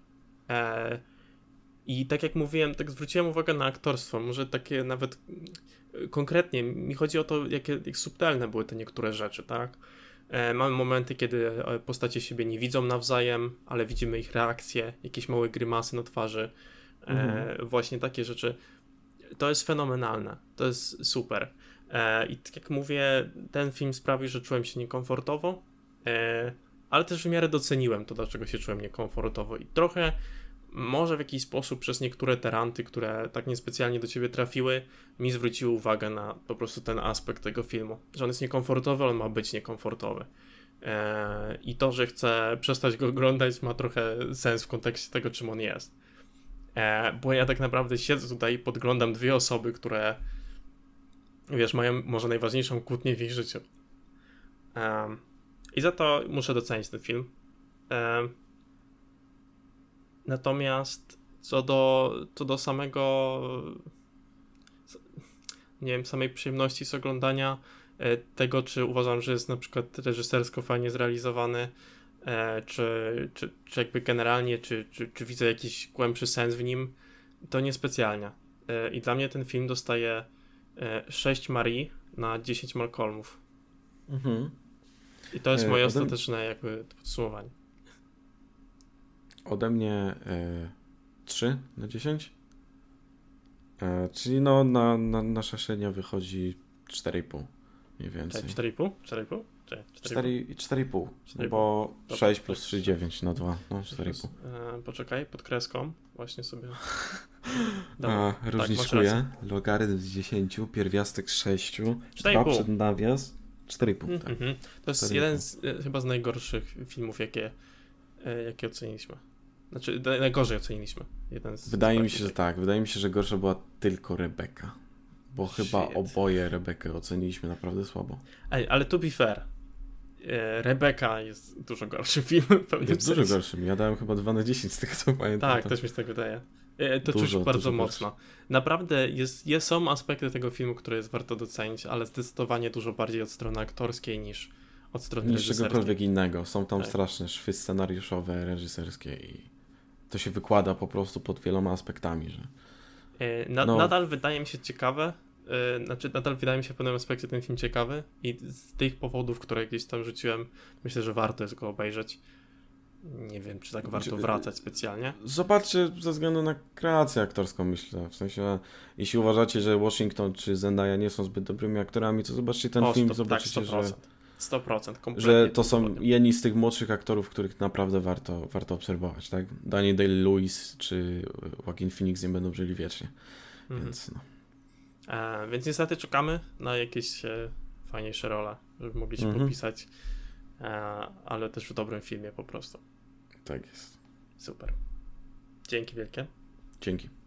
I tak jak mówiłem, tak zwróciłem uwagę na aktorstwo, może takie nawet konkretnie, mi chodzi o to, jak subtelne były te niektóre rzeczy, tak? Mamy momenty, kiedy postacie siebie nie widzą nawzajem, ale widzimy ich reakcje, jakieś małe grymasy na twarzy, właśnie takie rzeczy. To jest fenomenalne, to jest super. I tak jak mówię, ten film sprawił, że czułem się niekomfortowo, ale też w miarę doceniłem to, dlaczego się czułem niekomfortowo i trochę może w jakiś sposób przez niektóre teranty, które tak niespecjalnie do ciebie trafiły, mi zwróciły uwagę na po prostu ten aspekt tego filmu, że on jest niekomfortowy, ale on ma być niekomfortowy. I to, że chcę przestać go oglądać, ma trochę sens w kontekście tego, czym on jest. Bo ja tak naprawdę siedzę tutaj i podglądam dwie osoby, które wiesz, mają może najważniejszą kłótnię w ich życiu. I za to muszę docenić ten film. Natomiast co do samego, nie wiem, samej przyjemności z oglądania tego, czy uważam, że jest na przykład reżysersko fajnie zrealizowany, czy jakby generalnie, czy widzę jakiś głębszy sens w nim, to niespecjalnie. I dla mnie ten film dostaje 6 Marie na 10 Malcolmów. I to jest moje ostateczne jakby podsumowanie. Ode mnie 3 na 10. Czyli no nasza średnia wychodzi 4,5 mniej więcej. 4,5? 4,5? 4,5. Bo 6 plus 3, 9 na 2. No 4,5. Poczekaj, pod kreską. Właśnie sobie. Różniczkuję. Logarytm z 10, pierwiastek z 6, 2 przed nawias, 4,5. Tak. To jest 4,5. Jeden chyba z najgorszych filmów, jakie oceniliśmy. Znaczy, najgorzej oceniliśmy. Wydaje mi się, że tak. Wydaje mi się, że gorsza była tylko Rebeka. Bo chyba oboje Rebekę oceniliśmy naprawdę słabo. Ale to be fair. Rebeka jest dużo gorszym filmem. Jest dużo gorszym. Ja dałem chyba 2 na 10 z tego, co pamiętam. Tak, też mi się tak wydaje. To czuć bardzo mocno. Naprawdę są aspekty tego filmu, które jest warto docenić, ale zdecydowanie dużo bardziej od strony aktorskiej niż od strony reżyserskiej. Niż czegokolwiek innego. Są tam straszne szwy scenariuszowe, reżyserskie i to się wykłada po prostu pod wieloma aspektami, że... Nadal wydaje mi się ciekawe, nadal wydaje mi się w pewnym aspekcie ten film ciekawy i z tych powodów, które gdzieś tam rzuciłem, myślę, że warto jest go obejrzeć. Nie wiem, czy tak warto wracać specjalnie. Zobaczcie ze względu na kreację aktorską, myślę. W sensie, jeśli uważacie, że Washington czy Zendaya nie są zbyt dobrymi aktorami, to zobaczcie ten film, zobaczycie, tak, 100%, kompletnie. Że to są jedni z tych młodszych aktorów, których naprawdę warto obserwować, tak? Daniel Day-Lewis czy Joaquin Phoenix nie będą żyli wiecznie. Więc no. Więc niestety czekamy na jakieś fajniejsze role, żeby mogli się podpisać, ale też w dobrym filmie po prostu. Tak jest. Super. Dzięki wielkie. Dzięki.